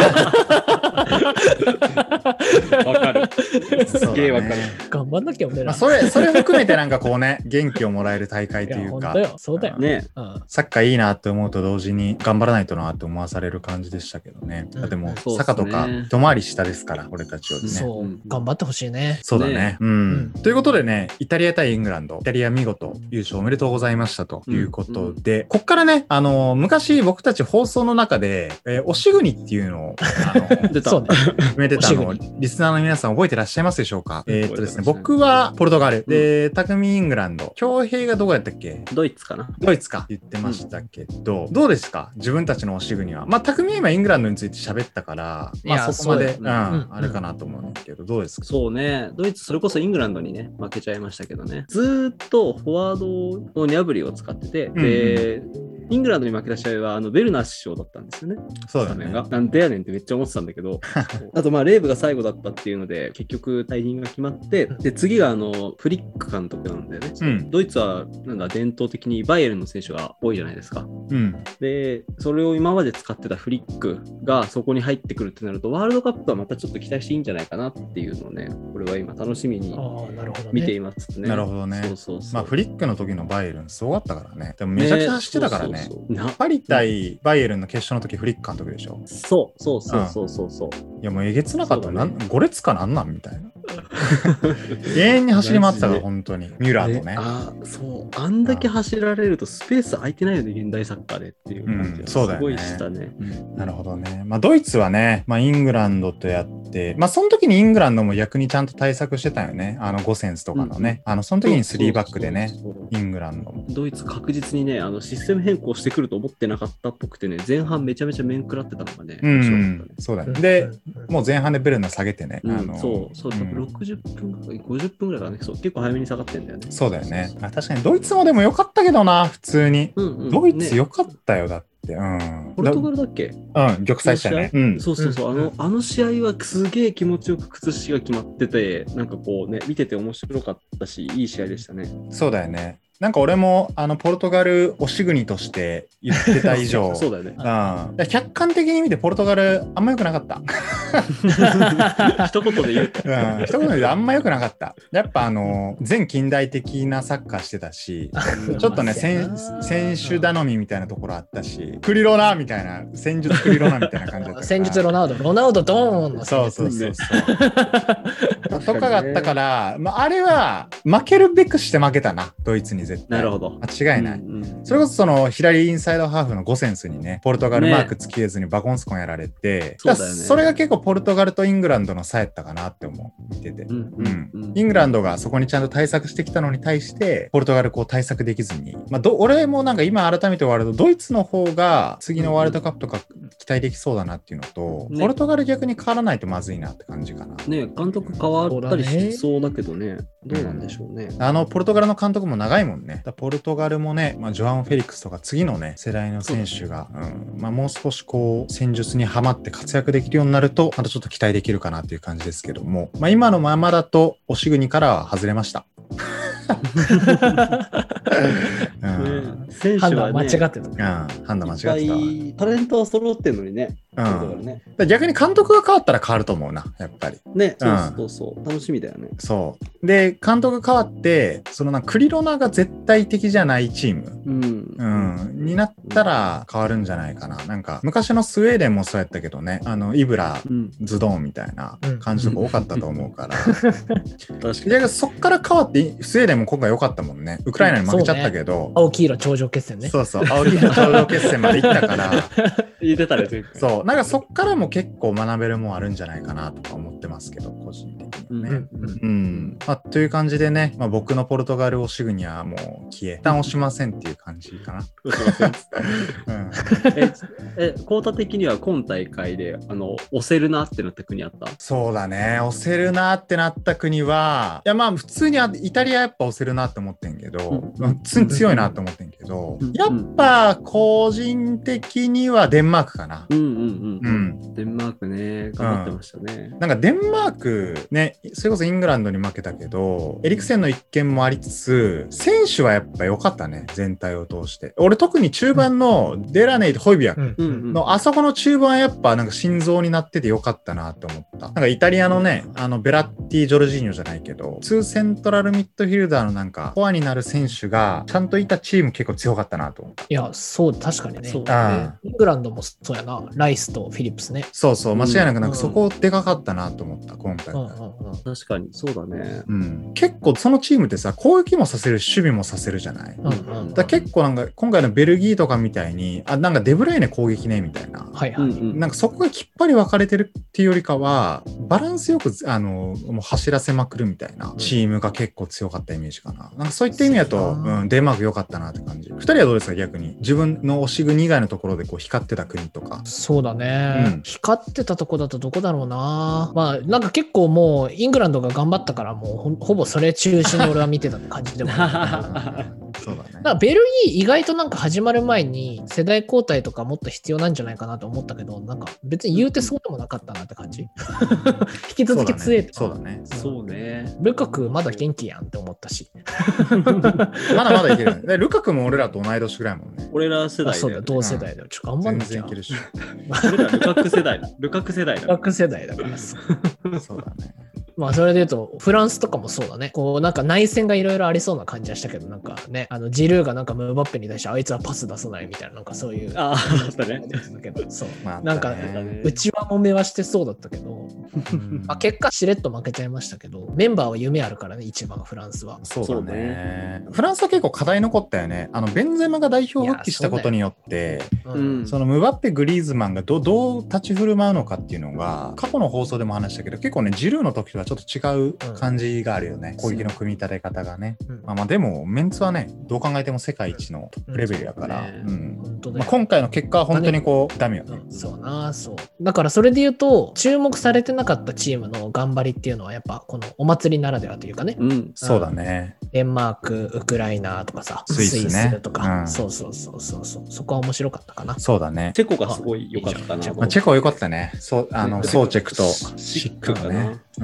わかる。すげえわかる。 頑張んなきゃ俺ら。 まあ、それ、それ含めてなんかこうね、元気をもらえる大会というか。 いやそうだよ。 ね、 うん。 サッカーいいなって思うと同時に頑張らないとなって思わされる感じでしたけどね。うん、でも、サッカーとか一回り下ですから、俺たちよりね。 そう、頑張ってほしいね。 そうだね。 ねうん、うん。ということでね、イタリア対イングランド、イタリア見事優勝おめでとうございましたということで、うん、こっからね、あの、昔僕たち放送の中で、えー、押し国っていうのを、あの、 出た。そうね。 決めてたのを、リスナーの皆さん覚えてらっしゃいますでしょうか？えー、っとですね、僕はポルトガル、で、匠イングランド、恭平がどこやったっけ？ ドイツかな。 ドイツか言ってましたけど、うん、どうですか？自分たちの押し国は。まあ、匠は今イングランドについて喋ったから、まあそこまで、ううん、あれかなと思うんですけど、どうですか？ そうね、ドイツそれこそイングランドにね、負けちゃいましたけどね。ずーっとフォワードのニャブリを使ってて、うんうん、で、イングランドに負けた試合はあのベルナー首相だったんですよね。 そうだね。 なんでやねんってめっちゃ思ってたんだけど、あとまあレーブが最後だったっていうので結局退任が決まって、で次があのフリック監督なんだよね。うん、ドイツはなんだ伝統的にバイエルンの選手が多いじゃないですか。 うん、 でそれを今まで使ってたフリックがそこに入ってくるってなるとワールドカップはまたちょっと期待していいんじゃないかなっていうのをね、これは今楽しみに見ていますね。 なるほどね。 そうそうそう。 まあフリックの時のバイエルンすごかったからね。でもめちゃくちゃ走ってたからね。 そうそうそう、 パリ対バイエルンの決勝の時フリック監督でしょ。 そうそうそうそうそうそう、 うん、いやもうえげつなかった、ね、ご列かなんなんみたいな永遠に走り回ってたから本当にミュラーとね。 あそうあんだけ走られるとスペース空いてないよね現代サッカーでっていう感じがすごいしたね、 うんねうん、なるほどね。まあドイツはね、まあ、イングランドとやってまあその時にイングランドも逆にちゃんと対策してたよね。あのゴセンスとかのね、うん、あのその時にスリーバックでねイングランドもドイツ確実にねあのシステム変更してくると思ってなかったっぽくてね前半めちゃめちゃ面食らってたのがね、 うん、そうだね。で、もう前半でベルナ下げてね、 うん、 あのそうそう、うん、ろくじゅっぷんごじゅっぷんぐらいからね、そう結構早めに下がってんだよね。 そうだよね。あ確かにドイツもでも良かったけどな普通に、うんうん、ドイツ良かったよ、ね、だって、うん、 ポルトガルだっけ？ うん、玉砕したね、うん、 そうそうそう、うん、あのあの試合はすげえ気持ちよく崩しが決まっててなんかこうね見てて面白かったしいい試合でしたね。 そうだよね。なんか俺もあのポルトガル押し国として言ってた以上そうだよね、 うん、客観的に見てポルトガルあんま良くなかった一言で言う、 うん、一言で言うとあんま良くなかった。やっぱあの全近代的なサッカーしてたしちょっとね選手頼みみたいなところあったしクリロナみたいな戦術クリロナみたいな感じだった戦術ロナウドロナウドドーンのそうそうそうそうとかがあったから、まあ、あれは負けるべくして負けたなドイツに絶対。 なるほど。 間違いない。うんうん、それこそその左インサイドハーフのゴセンスにね、ポルトガルマークつけずにバコンスコンやられて、ね、そうだよね、それが結構ポルトガルとイングランドの差やったかなって思う。見てて、うんうんうん。イングランドがそこにちゃんと対策してきたのに対して、ポルトガルこう対策できずに、まあ、ど俺もなんか今改めて終わると、ドイツの方が次のワールドカップとか期待できそうだなっていうのと、ね、ポルトガル逆に変わらないとまずいなって感じかな。 ね、監督変わっったりしそうだけどね、どうなんでしょうね。 あのポルトガルの監督も長いもんね。ポルトガルもね、まあ、ジョアン・フェリックスとか次のね世代の選手が、うんまあ、もう少しこう戦術にはまって活躍できるようになるとまたちょっと期待できるかなっていう感じですけども、まあ、今のままだと押し国からは外れました。 うん、選手は、ね、 間違ってた、うん、 判断間違ってた。タレントは揃ってるのにね。うん、 ね逆に監督が変わったら変わると思うな、やっぱり。 ね、そうそうそう、うん、楽しみだよね。 そう。で、監督が変わって、そのなクリロナが絶対的じゃないチーム、うんうん、になったら変わるんじゃないかな。なんか、昔のスウェーデンもそうやったけどね、あの、イブラ、うん、ズドンみたいな感じとか多かったと思うから。確かに。そっから変わって、スウェーデンも今回良かったもんね。ウクライナに負けちゃったけど。 ね、青黄色頂上決戦ね。 そうそう、青黄色頂上決戦まで行ったから。 言ってたね、 そう。なんかそっからも結構学べるもんあるんじゃないかなとか思ってますけど、個人的にはね。うんうんうんまあ、という感じでね、まあ、僕のポルトガル推し国はもう消え、一旦押しませんっていう感じかな。 え、え、コータ的には今大会であの押せるなってなった国あった？ そうだね、押せるなってなった国は、いやまあ普通にイタリアやっぱ押せるなって思ってんけど、うん、普通に強いなって思ってんけど、うん、やっぱ個人的にはデンマークかな。うんうんうんうん、デンマークね、頑張ってましたね、 うん。なんかデンマークね、それこそイングランドに負けたけど、エリクセンの一件もありつつ、選手はやっぱ良かったね、全体を通して。俺特に中盤のデラネイとホイビアのあそこの中盤はやっぱなんか心臓になってて良かったなって思った。なんかイタリアのね、あのベラッティ・ジョルジーニョじゃないけど、ツーセントラルミッドフィルダーのなんかフォアになる選手がちゃんといたチーム結構強かったなと思った。 いや、そう確かにね。そうね。イングランドもそうやな、ライスとフィリップスね。 そうそう、間違いなくなんかそこでかかったなと思った、今回、うんうんうん。確かに、そうだね、 うん。結構そのチームってさ、攻撃もさせる、守備もさせるじゃない、うんうんうん、だ結構なんか、今回のベルギーとかみたいに、あ、なんかデブライネ攻撃ね、みたいな。はいはい。なんかそこがきっぱり分かれてるっていうよりかは、バランスよく、あの、もう走らせまくるみたいなチームが結構強かったイメージかな。なんかそういった意味だと、うん、デンマーク良かったなって感じ。二人はどうですか、逆に。自分の推し国以外のところでこう光ってた国とか。 そうだね、うん。光ってたとこだとどこだろうな。まあ、なんか結構もう、イングランドが頑張ったから、もう ほ, ほぼそれ中心に俺は見てたって感じでもある。そうだね。だからベルギー意外となんか始まる前に世代交代とかもっと必要なんじゃないかなと思ったけど、なんか別に言うてそうでもなかったなって感じ。引き続き強いと。 そうだね。 そうね。 ルカクまだ元気やんって思ったし。 まだまだいける、ね。ルカクも俺らと同い年ぐらいもんね。 俺ら世代だよ、ね。 そうだ、同世代だよ。ちょっと頑張んなきゃ。 全然いけるし。 俺らルカク世代だ。ルカク世代だ。 ルカク世代だから。 そうだね。 まあそれで言うとフランスとかもそうだね。こうなんか内戦がいろいろありそうな感じはしたけど、なんかね、あのジルーがなんかムバッペに対してあいつはパス出さないみたいな、なんかそういうああだね。 そう、まあ、なんか内輪もめはしてそうだったけど、まあ結果しれっと負けちゃいましたけど、メンバーは夢あるからね、一番フランスは。 そうだね。フランスは結構課題残ったよね。あのベンゼマが代表復帰したことによって、そ, うん、そのムバッペグリーズマンが ど, どう立ち振る舞うのかっていうのが過去の放送でも話したけど、結構ねジルーの時とはちょっと違う感じがあるよね、うん、攻撃の組み立て方がね、うん、まあまあでもメンツはねどう考えても世界一のトップレベルやから、うんうんまあ、今回の結果は本当にこうダメよね、 うん、そうなそうだからそれで言うと注目されてなかったチームの頑張りっていうのはやっぱこのお祭りならではというかね、 うん、そうだね。 デンマーク、ウクライナとかさ、スイス、ね、スイスとか、うん、そうそうそうそうそう、そこは面白かったかな。 そうだね。 チェコがすごい良かったな。 まあ、チェコ良かったね。そうあの、ね、ソーチェクとシックがね。うん、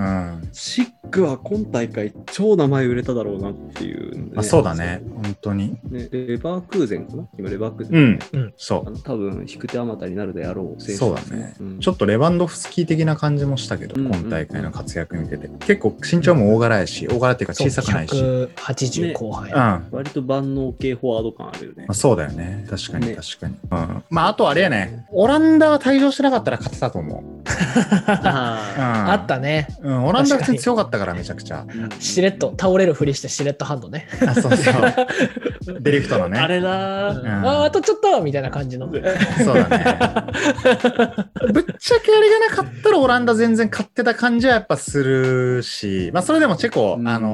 シックは今大会超名前売れただろうなっていう、ねまあ、そうだね本当に、 ね、レバークーゼンかな今レバークーゼン、ね、 うん、うん、そうあの多分引く手あまたになるであろう選手、ね、 そうだね、うん、ちょっとレバンドフスキー的な感じもしたけど、うん、今大会の活躍見てて、うん、結構身長も大柄やし、大柄っていうか小さくないしひゃくはちじゅう後半や、 ねうん、割と万能系フォワード感あるよね、 まあ、そうだよね確かに確かに、ねうん、まああとあれやねオランダは退場してなかったら勝てたと思うあ, うん、あったね、 うん、オランダ普通に強かったからめちゃくちゃしれっと倒れるふりしてしれっとハンドねあそうそうデリフトのねあれだ、うん、ああとちょっとみたいな感じのそうだねぶっちゃけあれがなかったらオランダ全然勝ってた感じはやっぱするしまあそれでもチェコ、うん、あのね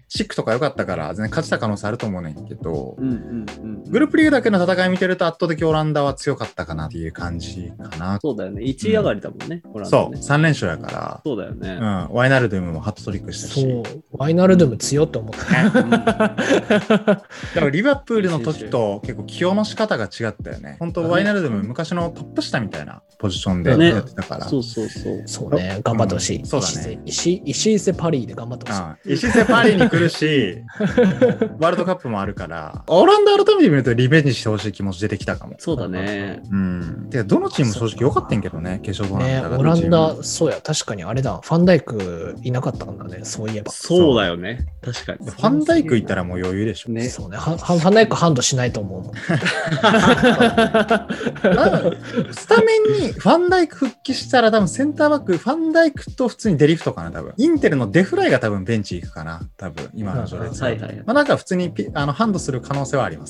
シックとか良かったから全然勝ちた可能性あると思うねんけど、 うんうんうん、 グループリーグだけの戦い見てると圧倒的オランダは強かったかなっていう感じかな。 そうだよね。いちい上がりだもんね。 うん、そう、さん連勝やから。 そうだよね。 うん。ワイナルドゥムもハットトリックしたし。 そう。ワイナルドゥム強って思った。ね、うん、だからリバプールの時と結構起用の仕方が違ったよね。本当ワイナルドゥム昔のトップ下みたいなポジションでやってたから。ね、 そうそうそう。 そうね。頑張ってほしい。 うん、そうだね。 石井瀬パリで頑張ってほしい。 石井瀬パリに来るし、ワールドカップもあるから、オランダ改めて見るとリベンジしてほしい気持ち出てきたかも。 そうだね。 うん。てかどのチームも正直良かったんけどね、決勝トーナメントね、オランダ、そうや、確かにあれだ、ファンダイクいなかったんだね、そういえば。 そうだよね。確かに。 ファンダイクいったらもう余裕でしょ。 ね。そうね。ファンダイクハンドしないと思うもん。スタメンにファンダイク復帰したら多分センターバック、ファンダイクと普通にデリフトかな、多分。インテルのデフライが多分ベンチ行くかな、多分、今の序列。はいはい。まあなんか普通にピあのハンドする可能性はあります。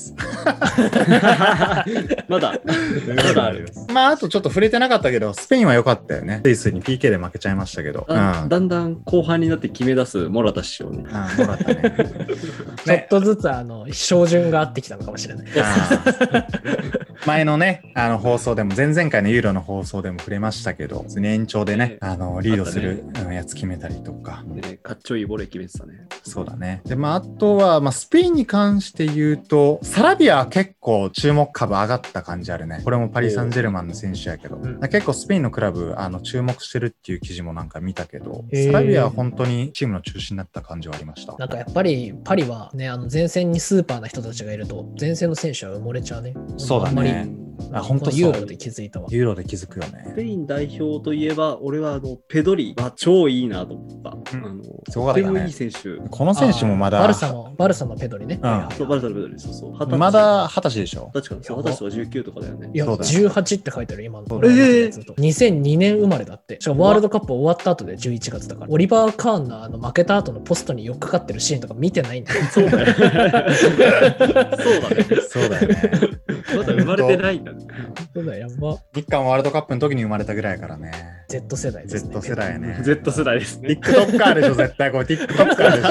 まだ、まだあります。 まああとちょっと触れてなかったけど、スペインは良かったよね。スイスに ピーケー で負けちゃいましたけど。 うん、だんだん後半になって決め出すモラタ師匠ね。 ああ、モラタね。 ちょっとずつあの照準が合ってきたのかもしれない。 前のね、あの放送でも、前々回のユーロの放送でも触れましたけど、延長でね、あのリードするやつ決めたりとか。 ね、かっちょいいボレー決めてたね。 そうだね。で、まあ、あとは、まあ、スペインに関して言うと、サラビアは結構注目株上がった感じあるね。これもパリ・サンジェルマンの選手やけど、うん、結構スペインのクラブ、あの、注目してるっていう記事もなんか見たけど、サラビアは本当にチームの中心になった感じはありました。 なんかやっぱり、パリはね、あの前線にスーパーな人たちがいると、前線の選手は埋もれちゃうね。 そうだね。あ、本当ユーロで気づいたわ。 ユーロで気づくよね。 スペイン代表といえば、俺はあのペドリは超いいなと思った。うん、あのとてもいい選手。 この選手もまだ。 バルサの、バルサのペドリね。 うん、 そう、バルサのペドリ、そうそう。 まだはたちでしょ。 確かに、そう、はたちとかじゅうきゅうとかだよね。 いや、じゅうはちって書いてある、今の。 ええー、にせんにねん生まれだって。しかもワールドカップ終わった後でじゅういちがつだから。オリバー・カーンのあの負けた後のポストに寄っかかってるシーンとか見てないんだよ。 そうだよ。そうだね。 そうだよね。 まだ生まれてないんだね。 そうだよ、やば。 日韓ワールドカップの時に生まれたぐらいからね。 Z 世代ですね。 Z 世代やね。 Z 世代ですね。 TikToker でしょ、絶対これ TikToker でし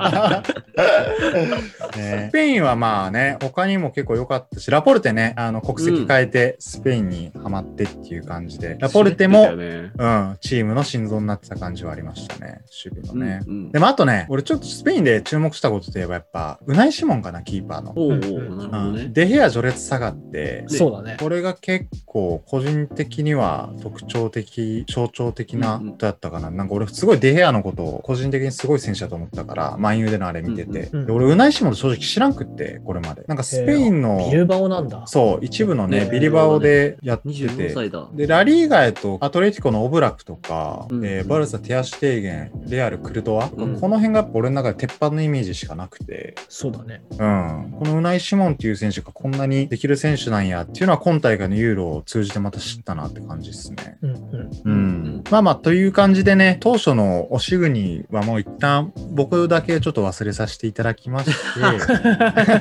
ょ。ね、スペインはまあね、他にも結構良かったし、ラポルテね、あの国籍変えてスペインにハマってっていう感じで、うん、ラポルテも、ね、うん、チームの心臓になってた感じはありましたね、守備のね。うんうん、でもあとね、俺ちょっとスペインで注目したことといえばやっぱ、ウナイ・シモンかな、キーパーの。 おうおう、なるほどね。 デヘア序列下がって、 そうだね。 これが結構個人的には特徴的、象徴的な人だったかな。うんうん、なんか俺すごいデヘアのことを個人的にすごい選手だと思ったから、マンユーでのあれ見てて。うんうん、で俺、ウナイシモン正直知らんくって、これまで。なんかスペインの、 ビルバオなんだ。 そう、一部のね、ビルバオでやってて、 にじゅうよんさいだ。 で、ラリーガへとアトレティコのオブラクとか、うんうん、えー、バルサ、テアシュテーゲン、レアル、クルトワ、うん、この辺がやっぱ俺の中で鉄板のイメージしかなくて。 そうだね。 うん。このウナイシモンっていう選手がこんなにできる選手なんやっていうのは今大会のユーロを通じてまた知ったなって感じですね。うん、うん。うん。まあまあ、という感じでね、当初の押し国はもう一旦僕だけちょっと忘れさせていただきまして、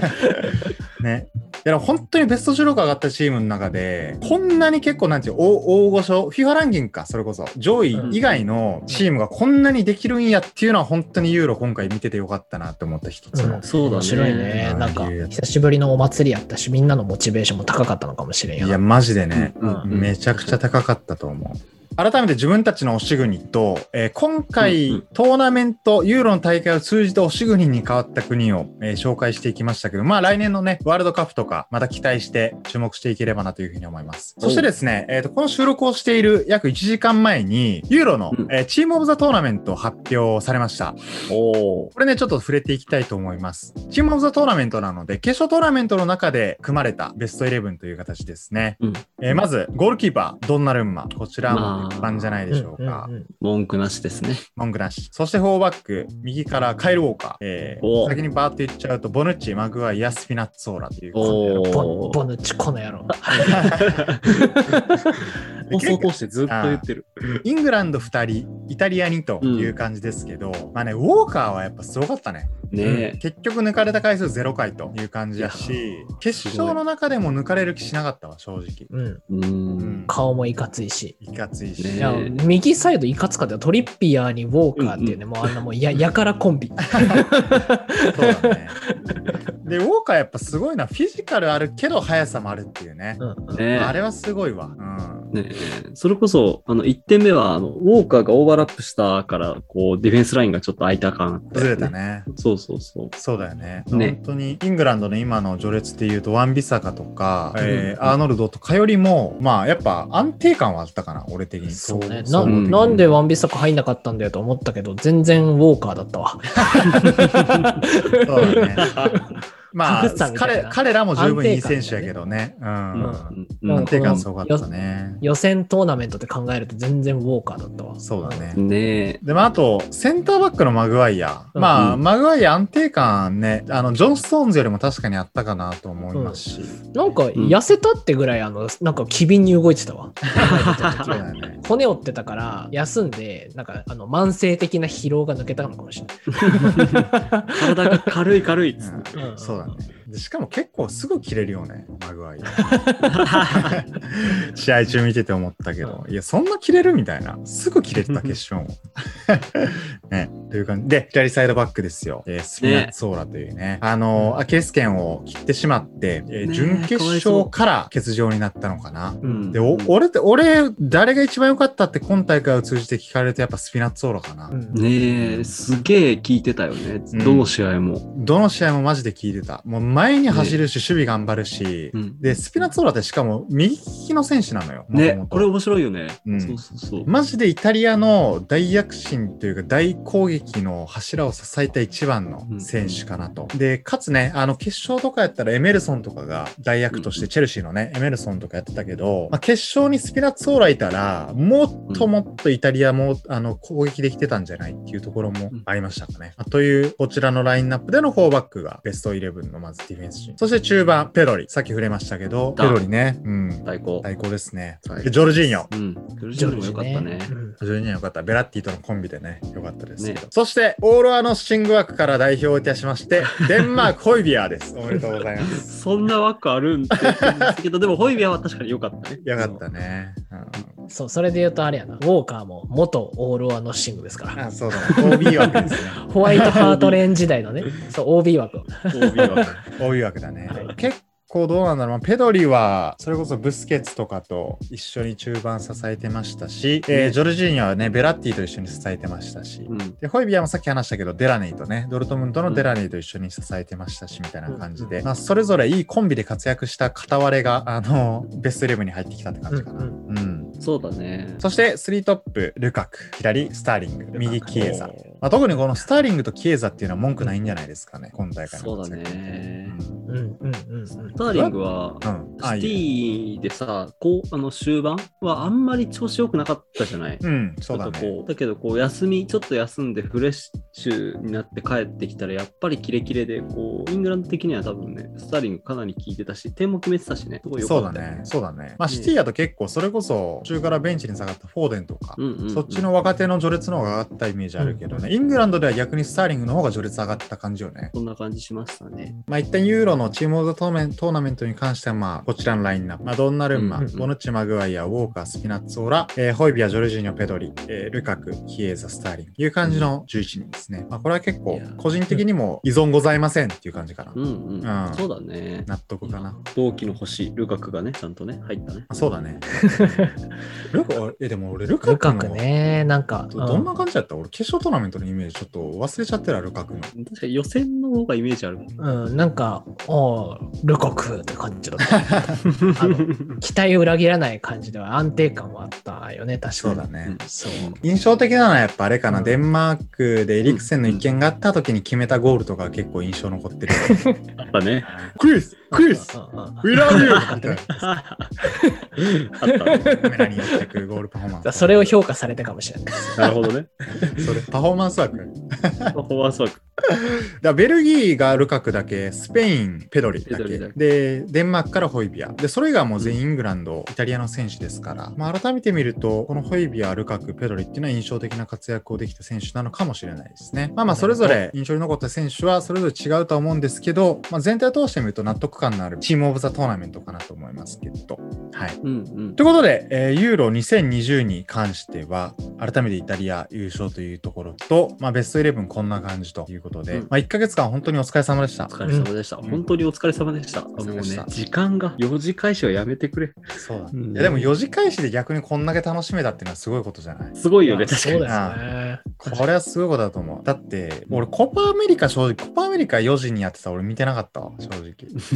ね。いや本当にベストじゅうろく上がったチームの中で、こんなに結構なんていう大御所、フィファ ランキングか、それこそ、上位以外のチームがこんなにできるんやっていうのは本当にユーロ今回見ててよかったなって思った一つの、 うん。そうだね。面白いね。なんか、久しぶりのお祭りやったし、みんなのモチベーションも高かったのかもしれんよ。 いや、マジでね、うんうん、めちゃくちゃ高かったと思う。改めて自分たちの押し国と、えー、今回、うんうん、トーナメント、ユーロの大会を通じて押し国に変わった国を、えー、紹介していきましたけど、まあ来年のね、ワールドカップとか、また期待して注目していければなというふうに思います。そしてですね、えーと、この収録をしている約いちじかんまえに、ユーロの、うんえー、チームオブザトーナメント発表されました。おー。これね、ちょっと触れていきたいと思います。チームオブザトーナメントなので、決勝トーナメントの中で組まれたベストイレブンという形ですね。うんえー、まず、ゴールキーパー、ドンナルンマ。こちらも一般じゃないでしょうか。うんうんうん、 文句なしですね。 文句なし。そしてフォーバック、右からカイル・ウォーカー。えー、先にバーって言っちゃうと、ボヌッチ、マグワイア、スピナッツォーラっていう。 ボ, ボヌッチ、この野郎。 放送通してずっと言ってる。 イングランドふたり、イタリアにという感じですけど、うん、まあね、ウォーカーはやっぱすごかったね。 ね、 うん、結局抜かれた回数ゼロかいという感じだし、決勝の中でも抜かれる気しなかったわ、正直。 うん。うん、顔もいかついし。 いかついし。 いや、右サイドいかつかったよ。トリッピアーにウォーカーっていうね、うんうん、もうあんなもうや、やからコンビ。そうだね。で、ウォーカーやっぱすごいな。フィジカルあるけど速さもあるっていうね。うんね、あれはすごいわ。うんね、それこそ、あの、いってんめは、あの、ウォーカーがオーバーラップしたから、こう、ディフェンスラインがちょっと空いた感あった、ね。 ずれたね。 そうそうそう。 そうだよね。ね、本当に、イングランドの今の序列で言うと、ワンビサカとか、うん、えー、アーノルドとかよりも、まあ、やっぱ安定感はあったかな、俺的に。 そうね。な、うん、なんでワンビサカ入んなかったんだよと思ったけど、全然ウォーカーだったわ。 そうだね。まあ、彼、彼らも十分いい選手やけどね。うん。安定感すごかったね。 予選トーナメントで考えると全然ウォーカーだったわ。 そうだね。 ねでもあと、センターバックのマグワイア。うん、まあ、マグワイア安定感ね、あの、ジョン・ストーンズよりも確かにあったかなと思いますし。 うん、なんか、痩せたってぐらい、あの、なんか機敏に動いてたわ。ね、骨折ってたから、休んで、なんか、あの、慢性的な疲労が抜けたのかもしれない。 体が軽い軽いっつって、 うん。そうだね。でしかも結構すぐ切れるよね、マグワイア。試合中見てて思ったけど、いや、そんな切れるみたいな。すぐ切れてた決勝も。ね、という感じで、左サイドバックですよ。えー、スピナッツォーラというね、ねあの、アキレス腱を切ってしまって、えー、準決勝から欠場になったのかな。うん、で、お俺って、俺、誰が一番良かったって今大会を通じて聞かれるとやっぱスピナッツォーラかな。うん、 ねえ、すげえ聞いてたよね。どの試合も。 うん、どの試合もマジで聞いてた。もう前に走るし、ね、守備頑張るし、うん、で、スピナッツォーラってしかも右利きの選手なのよ。 ね、これ面白いよね。うん、そうそうそう。 マジでイタリアの大躍進というか大攻撃の柱を支えた一番の選手かなと。うん、で、かつね、あの決勝とかやったらエメルソンとかが大役としてチェルシーのね、エメルソンとかやってたけど、まあ、決勝にスピナッツォーラいたら、もっともっとイタリアもあの攻撃できてたんじゃないっていうところもありましたかね。うん、という、こちらのラインナップでのフォーバックがベストイレブンのまずディフェンス陣。そして中盤、ペドリ。さっき触れましたけど、ペドリね。うん。 最高。 最高ですね。でジョルジーニョ。 うん。ジョルジーニョもよかったね。 ジョルジーニョよかった。ベラッティとのコンビでね、よかったですけど。ね、そして、オーロアのシング枠から代表をいたしまして、デンマーク、ホイビアーです。おめでとうございます。 そんな枠あるんって言うんですけど、でもホイビアーは確かによかったね。 よかったね。 うん、そう、それで言うとあれやな。ウォーカーも元オーロアのシングですから。 あ、そうだね。オービー 枠ですね。 ホワイトハートレーン時代のね。そう、オービー 枠。オービー 枠。オービー 枠だね。はい、結構どうなんだろう。ペドリは、それこそブスケツとかと一緒に中盤支えてましたし、うん、えー、ジョルジーニョはね、ベラッティと一緒に支えてましたし、うん、で、ホイビアもさっき話したけど、デラネイとね、ドルトムントのデラネイと一緒に支えてましたし、みたいな感じで、うん、まあ、それぞれいいコンビで活躍した片割れが、あの、ベストイレブンに入ってきたって感じかな。うん、うん。 そうだね。 そして、スリートップ、ルカク、左、スターリング、右、キエザ。まあ、特にこのスターリングとキエザっていうのは文句ないんじゃないですかね、今大会の。 そうだね。 うん、うん、うん。 スターリングは、うん、シティでさ、こうあの終盤はあんまり調子良くなかったじゃない。 うん、そうだね。 こうだけどこう休みちょっと休んでフレッシュになって帰ってきたらやっぱりキレキレでこうイングランド的には多分ねスターリングかなり効いてたし点も決めてたしね。すごい良かった、ね。 そうだね。そうだね。まあシティやと結構それこそ途中からベンチに下がったフォーデンとか、うんうんうん、そっちの若手の序列の方が上がったイメージあるけどね、うんうん、イングランドでは逆にスターリングの方が序列上がった感じよね。 そんな感じしましたね。 まあ一旦ユーロのチームオブトーナメントに関してはまあこちらのラインナップ、まあ、ドンナルンマ、うんうんうん、ボヌッチ、マグワイア、ウォーカー、スピナッツオーラ、えー、ホイビア、ジョルジーニョ、ペドリ、えー、ルカク、キエーザ、スターリングという感じのじゅういちにんですね。まあ、これは結構個人的にも依存ございませんっていう感じかな。 うんうん。うん、そうだね。 納得かな。 同期の星、ルカクがね、ちゃんとね、入ったね。 あそうだね。ルカク、え、でも俺ルカクの。 ルカクね、なんか。 ど、どんな感じだった、うん、俺決勝トーナメントのイメージちょっと忘れちゃってるルカクの。確かに予選の方がイメージある。 うん、なんか、おー、ルカクって感じだった。あの期待を裏切らない感じでは安定感はあったよね、確かに。 そうだね。 そう。 印象的なのはやっぱあれかな、うん、デンマークでエリクセンの一件があった時に決めたゴールとか結構印象残ってる。 あったね。 クリスクリス We love you! みたいな。あったね。カメラに寄ってくるゴールパフォーマンス。 それを評価されたかもしれない。 なるほどね。 それ、パフォーマンス枠。 パフォーマンス枠。 だベルギーがルカクだけ、スペイン、ペドリだけ、 ペドリだけで、デンマークからホイビア。で、それ以外はもう全員イングランド、イタリアの選手ですから、まあ、改めて見ると、このホイビア、ルカク、ペドリっていうのは印象的な活躍をできた選手なのかもしれないですね。まあまあ、それぞれ印象に残った選手はそれぞれ違うとは思うんですけど、まあ、全体を通してみると納得感のあるチームオブザトーナメントかなと思いますけど。はい。 うんうん、 ということで、えー、ユーロにせんにじゅうに関しては、改めてイタリア優勝というところと、まあ、ベストイレブンこんな感じということで、うん、まあ、いっかげつかん本当にお疲れ様でした。 お疲れ様でした。うん、本当にお疲れ様でした。もうね、時間がよじ開始はやめてくれ。 そうだ、ね。いやでもよじ開始で逆にこんだけ楽しめたっていうのはすごいことじゃない？ すごいよね、確かに。 そうですね。 これはすごいことだと思う。だって、俺コパアメリカ正直、コパアメリカよじにやってた俺見てなかったわ、正直。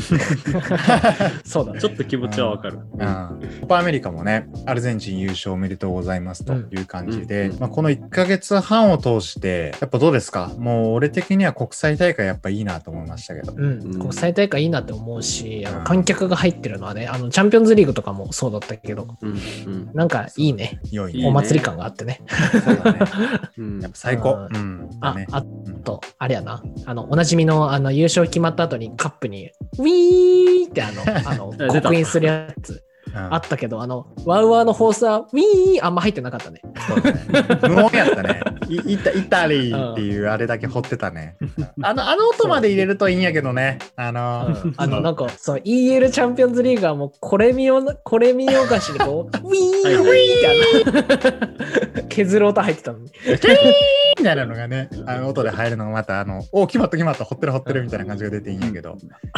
そうだね。 ちょっと気持ちはわかる。 うんうん、コパアメリカもね、アルゼンチン優勝おめでとうございますという感じで、うんうんまあ、このいっかげつはんを通して、やっぱどうですか？もう俺的には国際大会やっぱいいなと思いましたけど。 うん、国際大会いいなって思うし、あの観客が入ってるのはね、あのチャンピオンズリーグとかもそうだったけど、うんうん、なんかいいね。良いね。お祭り感があってね。 そうだね。うん、やっぱ最高。うん、 あ、ね、あと、あれやな、あの、おなじみの、あの、優勝決まった後にカップに、ウィーってあの、あの、刻印するやつ。うん、あったけど、あの、ワウワーの放送は、ウィーあんま入ってなかったね。 そうだね。無音やったね。い、いた、イタリーっていうあれだけ掘ってたね。あの、あの音まで入れるといいんやけどね。あの、 うん、あの、なんか、そう、イーエル チャンピオンズリーグはもう、これ見よ、これ見よがしにこう、ウィーウィーってあの、削る音入ってたのに。 みたいなのがね、あの音で入るのがまた、あの、お、決まった決まった、掘ってる掘ってるみたいな感じが出ていいんやけど。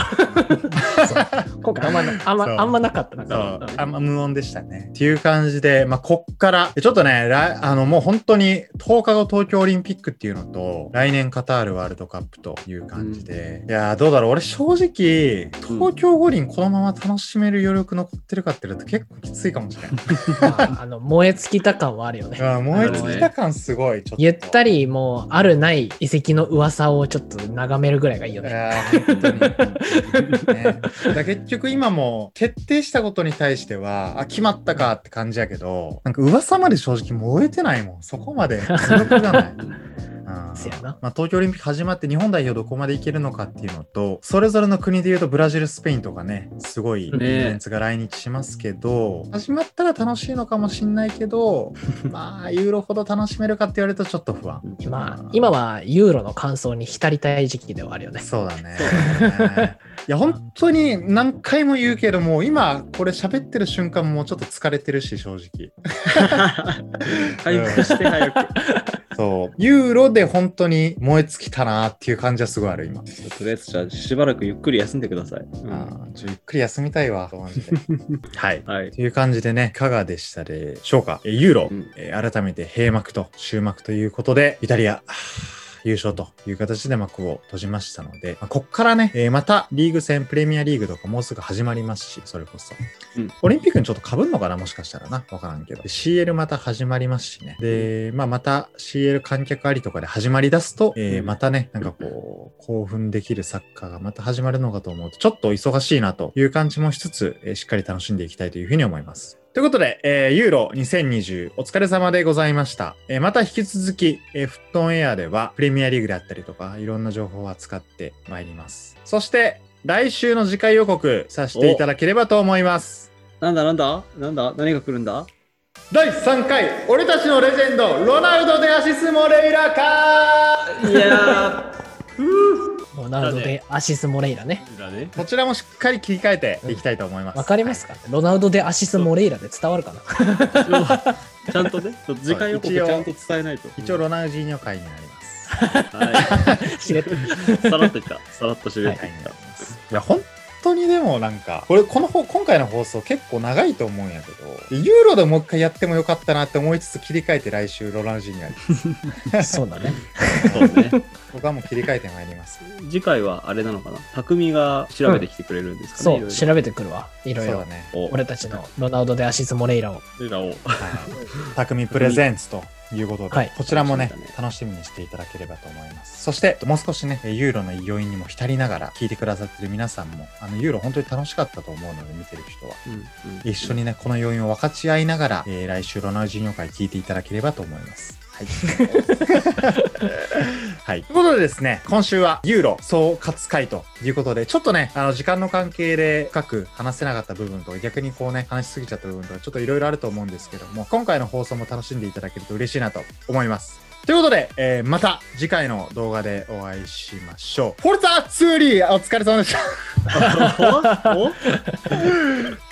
今回あんま、あんま、あんまなかったな。 そうあんま無音でしたね。っていう感じで、まあ、こっから、ちょっとね、あの、もう本当にとおかご東京オリンピックっていうのと、来年カタールワールドカップという感じで、うん、いやー、どうだろう、俺正直、東京五輪このまま楽しめる余力残ってるかっていうと結構きついかもしれない。 まあ、あの、燃え尽きた感はあるよね。 燃え尽きた感すごい、ちょっと。 ゆったり、もう、あるない遺跡の噂をちょっと眺めるぐらいがいいよね。いやー、本当に。 ね、だ結局今も決定したことに対しては、あ、決まったかって感じやけど、なんか噂まで正直燃えてないもん。そこまで強くがない。 せやな。 まあ、東京オリンピック始まって日本代表どこまでいけるのかっていうのと、それぞれの国でいうとブラジル、スペインとかね、すごいイベントが来日しますけど、ね、始まったら楽しいのかもしんないけど、まあ、ユーロほど楽しめるかって言われるとちょっと不安。 まあ、今はユーロの感想に浸りたい時期ではあるよね。 そうだね。いや、本当に何回も言うけども、今これ喋ってる瞬間もちょっと疲れてるし、正直。 回復して早く。 そう。ユーロで本当に燃え尽きたなっていう感じはすごいある、今。 とりあえずじゃあしばらくゆっくり休んでください。 うん、あちょゆっくり休みたいわ、マジで。はい。はい。という感じでね、いかがでしたでしょうか。ユーロ、うんえー、改めて閉幕と終幕ということで、イタリア、優勝という形で幕を閉じましたので、まあ、こっからね、えー、またリーグ戦、プレミアリーグとかもうすぐ始まりますし、それこそ。うん、オリンピックにちょっと被んのかなもしかしたらな。わからんけど。シーエル また始まりますしね。で、まあまた シーエル 観客ありとかで始まり出すと、えー、またね、なんかこう、興奮できるサッカーがまた始まるのかと思うと、ちょっと忙しいなという感じもしつつ、えー、しっかり楽しんでいきたいというふうに思います。ということで、えー、ユーロにせんにじゅうお疲れ様でございました。えー、また引き続き、えー、フットオンエアではプレミアリーグであったりとか、いろんな情報を扱ってまいります。そして、来週の次回予告させていただければと思います。 なんだなんだなんだ何が来るんだだいさんかい、俺たちのレジェンド、ロナウド・デ・アシス・モレイラかーいやーロナウドでアシス・モレイラね。 こちらもしっかり切り替えていきたいと思います。 わ、うん、かりますか、はい、ロナウドでアシス・モレイラで伝わるかなちゃんとね、次回予告ちゃんと伝えないと。 一応ロナウジーニョ会になります。 はい。しれっと。さらっといった。さらっとしれっといった。いや、本当にでもなんか、これ、この方、今回の放送結構長いと思うんやけど、ユーロでもう一回やってもよかったなって思いつつ切り替えて来週ロナウジーニョやります。そうだね。 そうね。 僕はもう切り替えてまいります。 次回はあれなのかな、匠が調べてきてくれるんですかね、 うん、そう、調べてくるわ。いろいろ。そうだね。俺たちのロナウドでアシス・モレイラを。 レイラを。はい。 匠プレゼンツということで、はい、こちらもね、楽しみにしていただければと思います。そして、もう少しね、ユーロの余韻にも浸りながら聞いてくださってる皆さんも、あの、ユーロ本当に楽しかったと思うので、見てる人は。うんうん、一緒にね、この余韻を分かち合いながら、えー、来週ロナウジーニョ会聞いていただければと思います。 はい。はい。ということでですね、今週はユーロ総括会ということで、ちょっとね、あの、時間の関係で深く話せなかった部分と、逆にこうね、話しすぎちゃった部分とか、ちょっといろいろあると思うんですけども、今回の放送も楽しんでいただけると嬉しいなと思います。ということで、えー、また次回の動画でお会いしましょう。フォルツァツーリーお疲れ様でした。